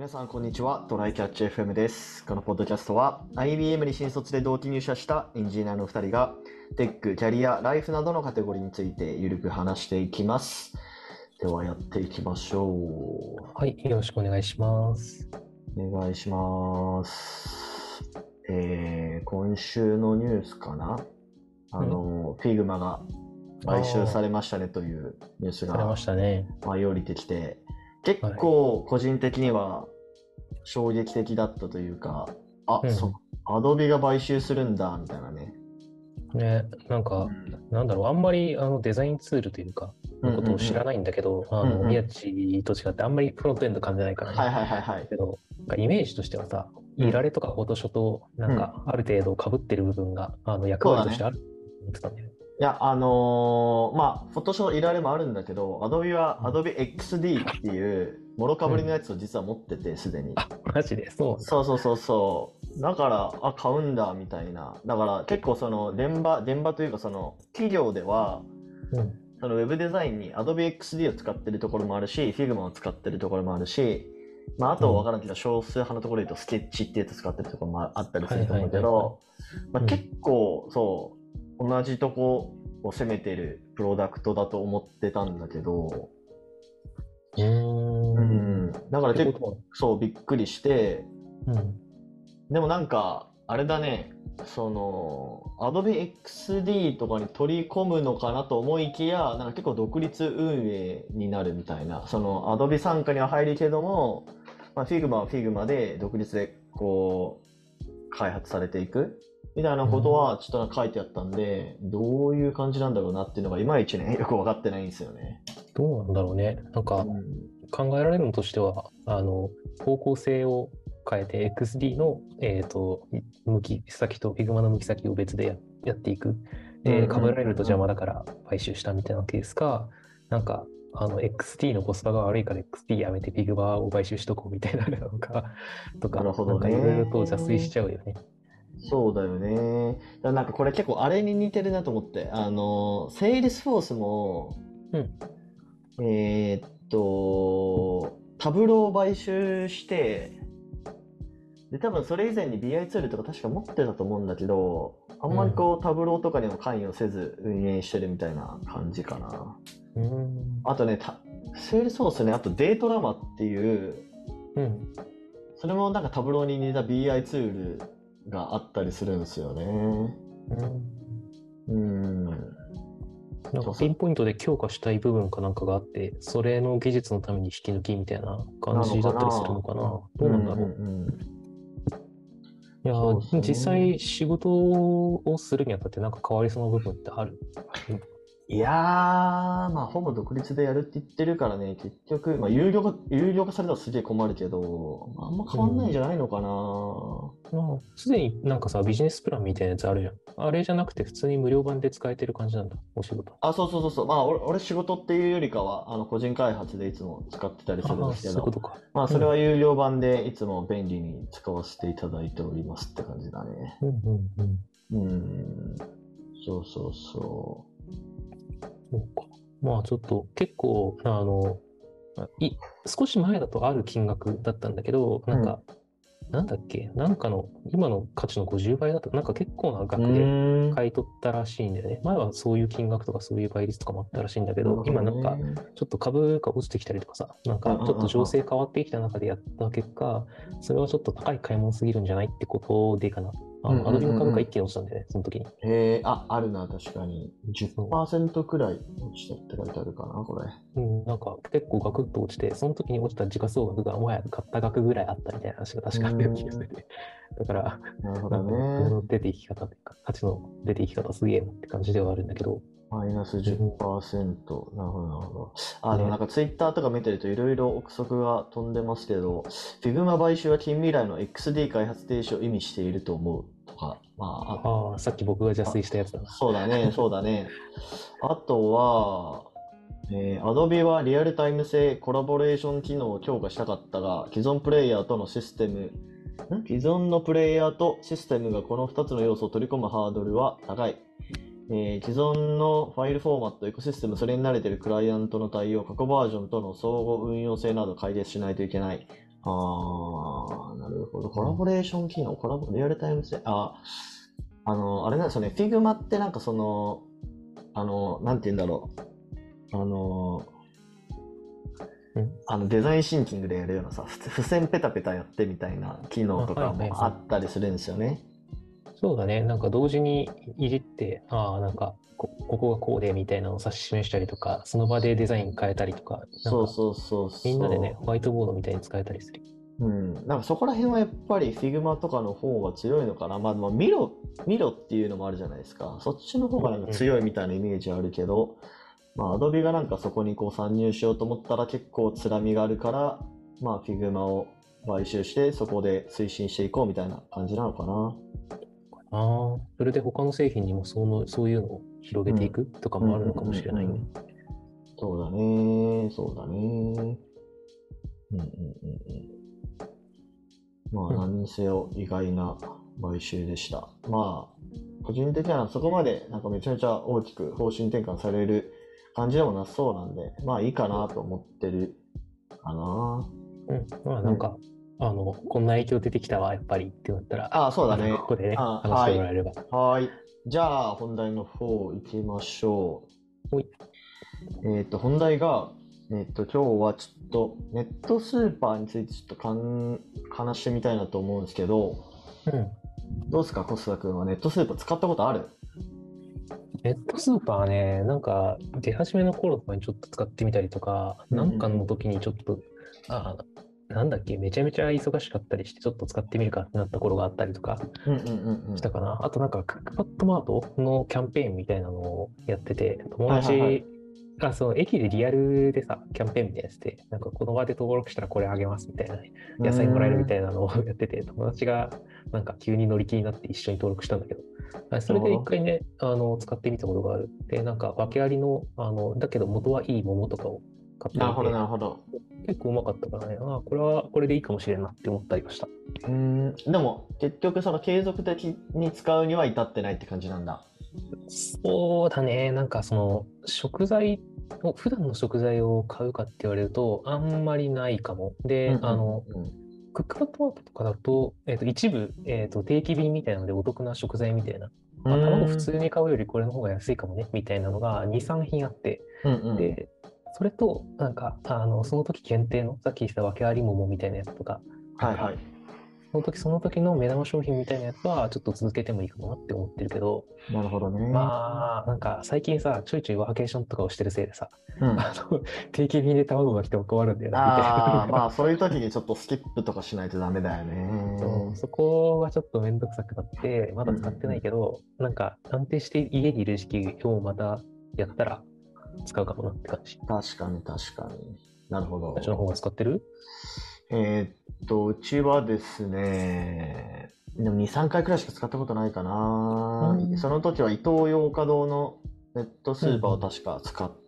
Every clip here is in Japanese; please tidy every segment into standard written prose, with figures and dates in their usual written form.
皆さん、こんにちは。トライキャッチ FM です。このポッドキャストは、IBM に新卒で同期入社したエンジニアの2人が、テック、キャリア、ライフなどのカテゴリーについてゆるく話していきます。では、やっていきましょはい、よろしくお願いします。 う。お願いします。今週のニュースかなFigma が買収されましたねというニュースされまがしたね。 舞い降りてきて、結構個人的には衝撃的だったというか、アドビが買収するんだみたいなね。 ね、なんか、あんまりデザインツールというか、のことを知らないんだけど、宮地と違ってあんまりフロントエンド感じないからね。 はいはいはいはい。 けど、イメージとしてはさ、いられとかフォトショと、なんか、ある程度被ってる部分が、役割としてあると思ってたんだよね。 いや、フォトショーいられもあるんだけど、Adobe は Adobe XD っていう、もろかぶりのやつを実は持ってて、すでに。 あ、マジでそうそう。だから、買うんだ、みたいな。だから、結構現場というか、企業では、そのウェブデザインに Adobe XD を使ってるところもあるし、Figma を使ってるところもあるし、あと分からんけど、少数派のところで言うと、スケッチってやつ使ってるところもあったりすると思うけど、結構、同じとこを攻めてるプロダクトだと思ってたんだけど、だから結構びっくりして、でもなんかあれだね、Adobe XD とかに取り込むのかなと思いきや、なんか結構独立運営になるみたいな、Adobe 傘下には入るけども、Figma は Figma で独立でこう開発されていくみたいなことはちょっと書いてあったんで、どういう感じなんだろうなっていうのがいまいちね、よく分かってないんですよね。 どうなんだろうね。なんか、考えられるのとしては、方向性を変えて XD の、向き先と Figma の向き先を別でやっていく。被られると邪魔だから買収したみたいなケースか、なんか、XD のコスパが悪いから XD やめて Figma を買収しとこうみたいなのか、とか、なんかいろいろと邪推しちゃうよね。 そうだよね。なんかこれ結構あれに似てるなと思って、セールスフォースも、タブローを買収して、で、多分それ以前に BI ツールとか確か持ってたと思うんだけど、あんまりタブローとかにも関与せず運営してるみたいな感じかな。あとね、セールスフォースね、あとデートラマっていう、それもなんかタブローに似た BI ツールがあったりするんですよね。 なんかピンポイントで強化したい部分かなんかがあって、それの技術のために引き抜きみたいな感じだったりするのかな。どうなんだろう。いや、実際仕事をするにあたってなんか変わりそうな部分ってある？ いやー、ほぼ独立でやるって言ってるからね、結局、有料化されたらすげえ困るけど、あんま変わんないんじゃないのかな。 すでになんかさ、ビジネスプランみたいなやつあるじゃん。あれじゃなくて普通に無料版で使えてる感じなんだ、お仕事。 そう。俺仕事っていうよりかは、個人開発でいつも使ってたりするんですけど、 そういうことか。 それは有料版でいつも便利に使わせていただいておりますって感じだね。そう。 そうか。ちょっと結構、少し前だとある金額だったんだけど、なんだっけ、なんかの、今の価値の50倍だと、なんか結構な額で買い取ったらしいんだよね。前はそういう金額とかそういう倍率とかもあったらしいんだけど、今なんか、ちょっと株が落ちてきたりとかさ、なんかちょっと情勢変わってきた中でやった結果、それはちょっと高い買い物すぎるんじゃないってことでかな。アドビの株価一気に落ちたんだよね、その時に。 あるな、確かに。10% くらい落ちたって書いてあるかな、これ。 なんか結構ガクッと落ちて、その時に落ちた時価総額がもはや買った額ぐらいあったみたいな話が確かあったような気がする。だから、 なるほどね。 この出ていき方というか、価値の出ていき方すげえなって感じではあるんだけど。 マイナス 10%。なるほど。でもなんかツイッターとか見てるといろいろ憶測が飛んでますけど、Figma 買収は近未来の XD 開発停止を意味していると思うとか。 さっき僕が邪推したやつだな。 そうだね。あとは、Adobe はリアルタイム性コラボレーション機能を強化したかったが、既存のプレイヤーとシステムがこの2つの要素を取り込むハードルは高い。既存のファイルフォーマット、エコシステム、それに慣れているクライアントの対応、過去バージョンとの相互運用性など解決しないといけない。 ああ、なるほど。コラボレーション機能、リアルタイム性、あれなんですよね。Figma ってなんかなんて言うんだろう。デザインシンキングでやるようなさ、付箋ペタペタやってみたいな機能とかもあったりするんですよね。 そうだね。なんか同時にいじって、なんかここがこうでみたいなのを指し示したりとか、その場でデザイン変えたりとか、なんかそうそうみんなでね、 そホワイトボードみたいに使えたりする。 う。うん。なんかそこら辺はやっぱり Figma とかの方が強いのかな。まあ、ミロっていうのもあるじゃないですか。そっちの方がなんか強いみたいなイメージあるけど、まあ、Adobe がなんかそこにこう参入しようと思ったら結構つらみがあるから、まあ、Figma を買収してそこで推進していこうみたいな感じなのかな。 それで他の製品にもそういうのを広げていくとかもあるのかもしれないね。 そうだね、そうだね。うんうんうんうん。まあ、何にせよ意外な買収でした。まあ、個人的にはそこまでなんかめちゃめちゃ大きく方針転換される感じでもなさそうなんで、まあいいかなと思ってるかな。 まあなんか、こんな影響出てきたわ、やっぱりってなったら、 そうだね。 またここでね、話しはい。 てもらえれば。 はい。じゃあ、本題の方行きましょほい。 う。本題が、今日はちょっとネットスーパーについてちょっと話してみたいなと思うんですけど、 うん。 どうですか、コスタ君はネットスーパー使ったことある？ ネットスーパーね、なんか出始めの頃とかにちょっと使ってみたりとか、なんかの時にちょっと、なんだっけ、めちゃめちゃ忙しかったりして、ちょっと使ってみるかってなった頃があったりとかしたかな。あとなんか、クックパッドマートのキャンペーンみたいなのをやってて、友達がその駅でリアルでさ、キャンペーンみたいなやつで、なんかこの場で登録したらこれあげますみたいなね、野菜もらえるみたいなのをやってて、友達がなんか急に乗り気になって一緒に登録したんだけど、それで一回ね、使ってみたことがある。で、なんか訳ありの、だけど元はいい桃とかを買ってなるほど、 みて、 なるほど。 結構うまかったからね、これはこれでいいかもしれんなって思ったりました。 でも、結局その継続的に使うには至ってないって感じなんだ。 そうだね、なんかその普段の食材を買うかって言われると、あんまりないかも。で、クックパッドマートとかだと、一部、定期便みたいなのでお得な食材みたいな、卵普通に買うよりこれの方が安いかもね、みたいなのが2、3品あって、で、それと、なんか、その時限定の、さっき言った訳あり桃みたいなやつとか、その時の目玉商品みたいなやつは、ちょっと続けてもいいかもなって思ってるけど、 なるほどね。 まあ、なんか最近さ、ちょいちょいワーケーションとかをしてるせいでさ、定期便で卵が来ても困るんだよな、みたいな。 まあそういう時にちょっとスキップとかしないとダメだよね。 そこはちょっとめんどくさくなって、まだ使ってないけど、なんか安定して家にいる時期をまたやったら使うかもなって感じ。 確かに確かに。なるほど。 そっちの方が使ってる？ うちはですね、でも2、3回くらいしか使ったことないかな。その時はイトーヨーカドーのネットスーパーを確か使って、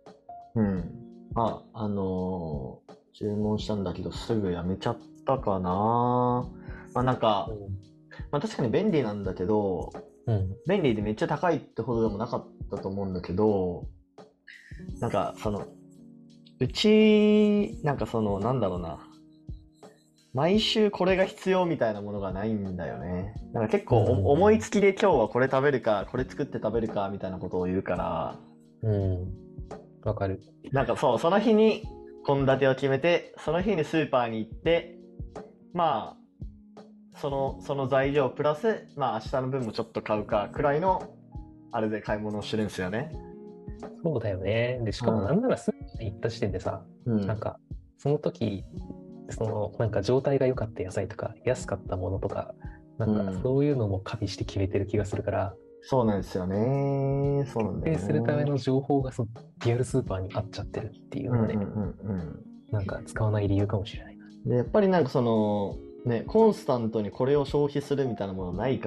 注文したんだけどすぐやめちゃったかな。なんか、確かに便利なんだけど、便利でめっちゃ高いってほどでもなかったと思うんだけど、なんかうち、なんだろうな。毎週これが必要みたいなものがないんだよね。なんか結構思いつきで今日はこれ食べるか、これ作って食べるかみたいなことを言うから。 わかる。 なんかそう、その日に献立を決めて、その日にスーパーに行って、まあ、その材料プラス、まあ明日の分もちょっと買うかくらいの、あれで買い物をしてるんですよね。 そうだよね。で、しかもなんならスーパーに行った時点でさ、なんか、その時、なんか状態が良かった野菜とか、安かったものとか、なんかそういうのも加味して決めてる気がするから、 そうなんですよね。そうなんだよね。 決定するための情報がリアルスーパーに合っちゃってるっていうので、なんか使わない理由かもしれないな。 で、やっぱりなんかコンスタントにこれを消費するみたいなものないから、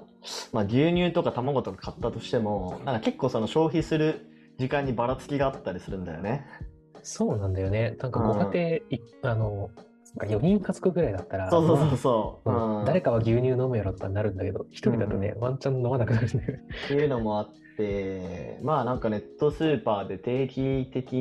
まあ牛乳とか卵とか買ったとしても、なんか結構消費する時間にばらつきがあったりするんだよね。 そうなんだよね。なんかご家庭、4人家族ぐらいだったら、誰かは牛乳飲むやろとかになるんだけど、1人だとね、ワンチャン飲まなくなるんだよね。 っていうのもあって、まあなんかネットスーパーで定期的に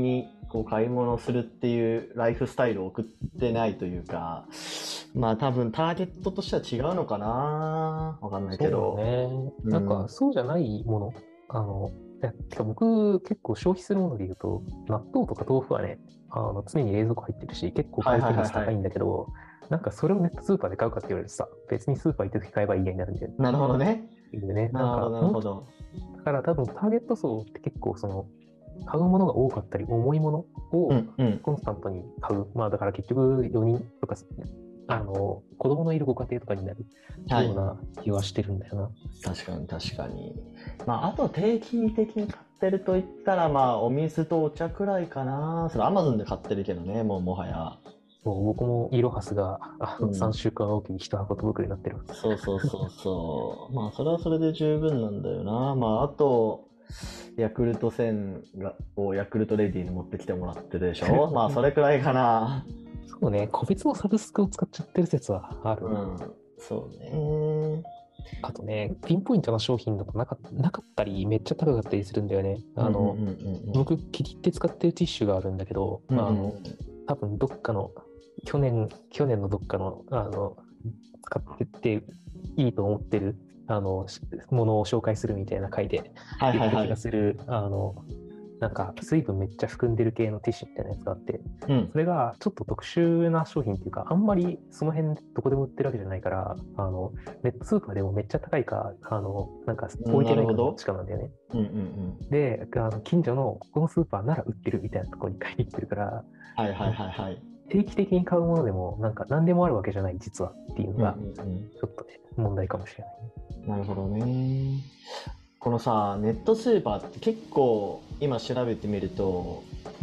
こう買い物するっていうライフスタイルを送ってないというか、まあ多分ターゲットとしては違うのかな、わかんないけど。 そうね。なんか、そうじゃないもの。てか僕、結構消費するもので言うと、納豆とか豆腐はね、常に冷蔵庫入ってるし、結構買う頻率高いんだけど、なんかそれをネットスーパーで買うかって言われるとさ、別にスーパー行った時買えばいいやになるんだよなるほどね。 ね。 なるほど、なるほど。 だから多分ターゲット層って結構買うものが多かったり、重いものをコンスタントに買う。まあだから結局4人とか、子供のいるご家庭とかになるような気はしてるんだよな。 確かに確かに。まああと定期的に買ってると言ったら、まあお水とお茶くらいかな。それ Amazon で買ってるけどね、もはや。 僕もイロハスが3週間おきに1箱手袋になってる。 そう。まあそれはそれで十分なんだよな。まああと、ヤクルト1000をヤクルトレディに持ってきてもらってるでしょ。まあそれくらいかな。 そうね、個別のサブスクを使っちゃってる説はある。 そうね。 あとね、ピンポイントな商品だとなかったり、めっちゃ高かったりするんだよね。僕、気に入って使ってるティッシュがあるんだけど、多分どっかの、去年のどっかの、使ってっていいと思ってる、ものを紹介するみたいな回で言った気がする、なんか水分めっちゃ含んでる系のティッシュみたいなやつがあって、それがちょっと特殊な商品っていうか、あんまりその辺どこでも売ってるわけじゃないから、ネットスーパーでもめっちゃ高いか、なんか置いてないかどっちかなんだよね。で、近所のここのスーパーなら売ってるみたいなところに買いに行ってるから、定期的に買うものでも、なんか何でもあるわけじゃない、実はっていうのが、ちょっとね、問題かもしれないね。 なるほどね。このさ、ネットスーパーって結構今調べてみると、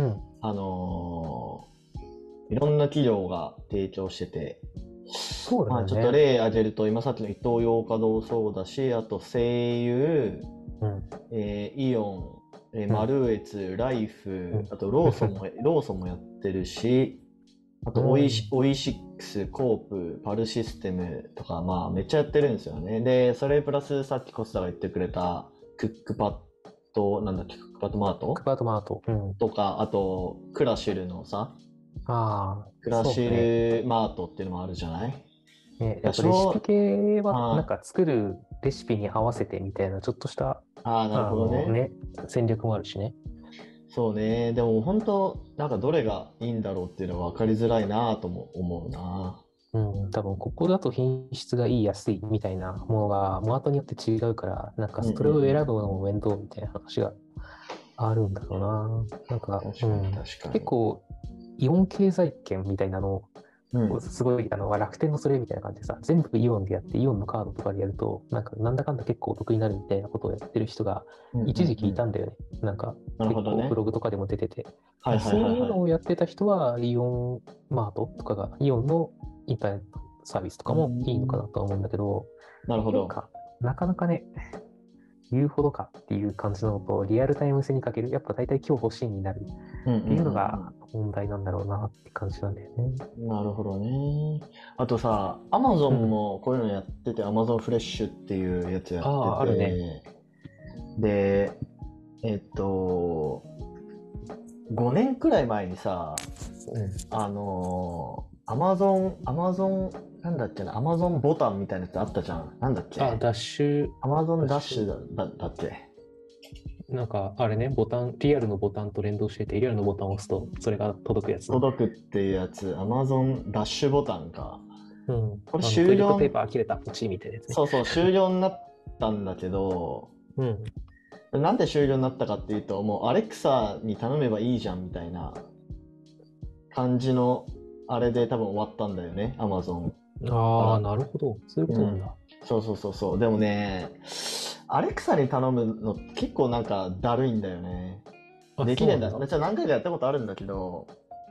いろんな企業が提供してて、 そうだね。 まあちょっと例挙げると、今さっきのイトーヨーカドーそうだし、あと西友、イオン、マルエツ、ライフ、あとローソンもやってるし、あとオイシックス、コープ、パルシステムとか、まあめっちゃやってるんですよね。で、それプラスさっきコスタが言ってくれたクックパッド、なんだっけ、クックパッドマートとか、あとクラシルのさ、クラシルマートっていうのもあるじゃない？ ね、やっぱレシピ系はなんか作るレシピに合わせてみたいなちょっとしたなるほどね。 戦略もあるしね。 そうね。でも本当なんかどれがいいんだろうっていうのは分かりづらいなとも思うな。 多分ここだと品質がいい安いみたいなものがマートによって違うから、なんかそれを選ぶのも面倒みたいな話があるんだろうな。なんか、結構イオン経済圏みたいなのをすごい楽天のそれみたいな感じでさ、全部イオンでやってイオンのカードとかでやるとなんだかんだ結構お得になるみたいなことをやってる人が一時期いたんだよね。なんか結構ブログとかでも出てて、そういうのをやってた人はイオンマートとかがイオンのインターネットサービスとかもいいのかなとは思うんだけど、 なるほど。 なかなかね言うほどかっていう感じなのと、リアルタイム性にかける、やっぱ大体今日欲しいになるっていうのが問題なんだろうなって感じなんだよね。 なるほどね。あとさ、アマゾンもこういうのやってて、アマゾンフレッシュっていうやつやってて、 あるね。 で、5年くらい前にさ、アマゾン、なんだっけな、アマゾンボタンみたいなやつあったじゃん。なんだっけ。 ダッシュ。 アマゾンダッシュだっけ。 なんか、あれね、リアルのボタンと連動してて、リアルのボタンを押すと、それが届くやつ。 届くっていうやつ、アマゾンダッシュボタンか。 これ終了。ペーパー切れた、ポチみたいなやつね。 そう、終了になったんだけど、なんで終了になったかっていうと、もうアレクサに頼めばいいじゃんみたいな感じのあれで多分終わったんだよね、アマゾン。 なるほど。そういうことなんだ。 そう。でもね、アレクサに頼むの結構なんかだるいんだよね。できねえんだ。めっちゃ何回かやったことあるんだけど、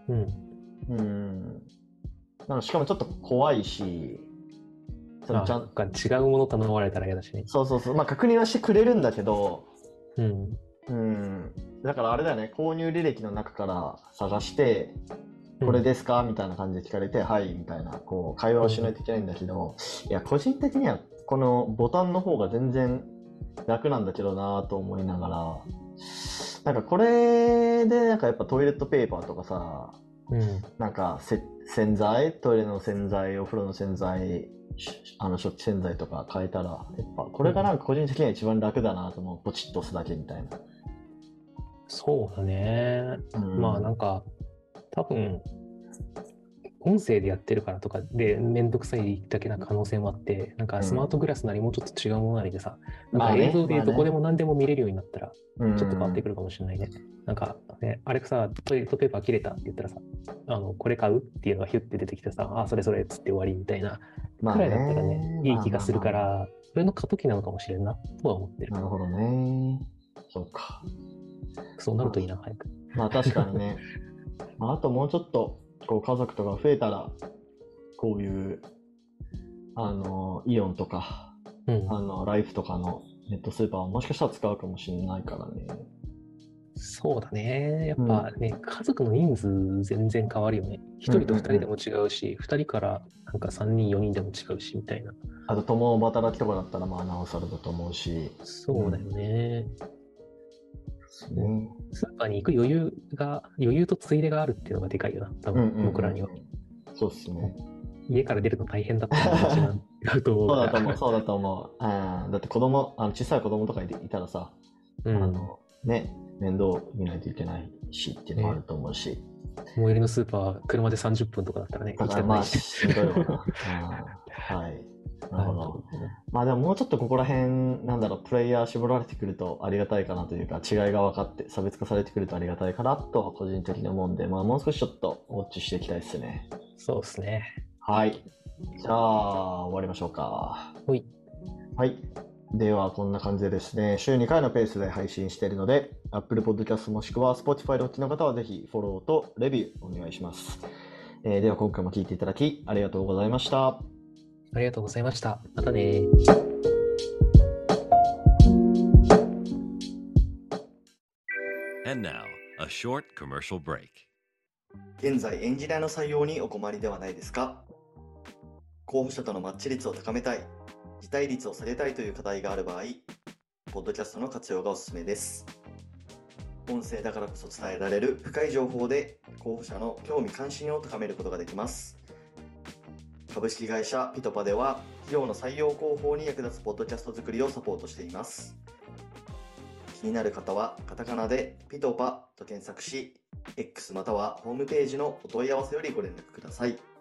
なんかしかもちょっと怖いし、 なんか違うもの頼まれたら嫌だしね。 そう。まあ確認はしてくれるんだけど、だからあれだよね、購入履歴の中から探して、これですかみたいな感じで聞かれて、はいみたいなこう会話をしないといけないんだけど、いや個人的にはこのボタンの方が全然楽なんだけどなと思いながら、 なんかこれでなんかやっぱトイレットペーパーとかさ、なんか洗剤、トイレの洗剤、お風呂の洗剤、食器洗剤とか変えたら、やっぱこれがなんか個人的には一番楽だなと思う。ポチッと押すだけみたいな。 そうだね。まあなんか、多分、音声でやってるからとかでめんどくさいだけな可能性もあって、なんかスマートグラスなりもうちょっと違うものなりでさ、なんか映像でどこでも何でも見れるようになったら、ちょっと変わってくるかもしれないね。なんかね、あれさ、トイレットペーパー切れたって言ったらさ、これ買うっていうのがヒュッて出てきてさ、あ、それそれっつって終わりみたいなくらいだったらね、いい気がするから、それの過渡期なのかもしれんなとは思ってる。 なるほどね。そうか。 そうなるといいな、早く。 まあ確かにね。あともうちょっとこう家族とか増えたら、こういうイオンとか、ライフとかのネットスーパーはもしかしたら使うかもしれないからね。 そうだね。やっぱね、家族の人数全然変わるよね。1人と2人でも違うし、2人からなんか3人、4人でも違うし、みたいな。 あと共働きとかだったらまあなおさらだと思うし。 そうだよね。スーパーに行く余裕とついでがあるっていうのがでかいよな、多分、僕らには。 そうっすね。 家から出るの大変だったのが一番違うと思うから。 そうだと思う。だって小さい子供とかいたらさ、ね、面倒見ないといけないしっていうのもあると思うし。 最寄りのスーパー、車で30分とかだったらね、 だからまあ、しんどいわな。はい。なるほど。まあでももうちょっとここら辺、プレイヤー絞られてくるとありがたいかなというか、違いが分かって差別化されてくるとありがたいかなとは個人的に思うんで、まあもう少しちょっとウォッチしていきたいですね。 そうですね。 はい。じゃあ、終わりましょうか。はい。では、こんな感じでですね、週2回のペースで配信しているので、Apple Podcast もしくは Spotify でお聞きの方はぜひフォローとレビューお願いします。では、今回も聞いていただきありがとうございました。 ありがとうございました。またね。 And now, a short commercial break. 現在、エンジニアの採用にお困りではないですか？候補者とのマッチ率を高めたい、辞退率を下げたいという課題がある場合、ポッドキャストの活用がおすすめです。音声だからこそ伝えられる深い情報で候補者の興味関心を高めることができます。株式会社ピトパでは企業の採用広報に役立つポッドキャスト作りをサポートしています。気になる方はカタカナでピトパと検索し、X またはホームページのお問い合わせよりご連絡ください。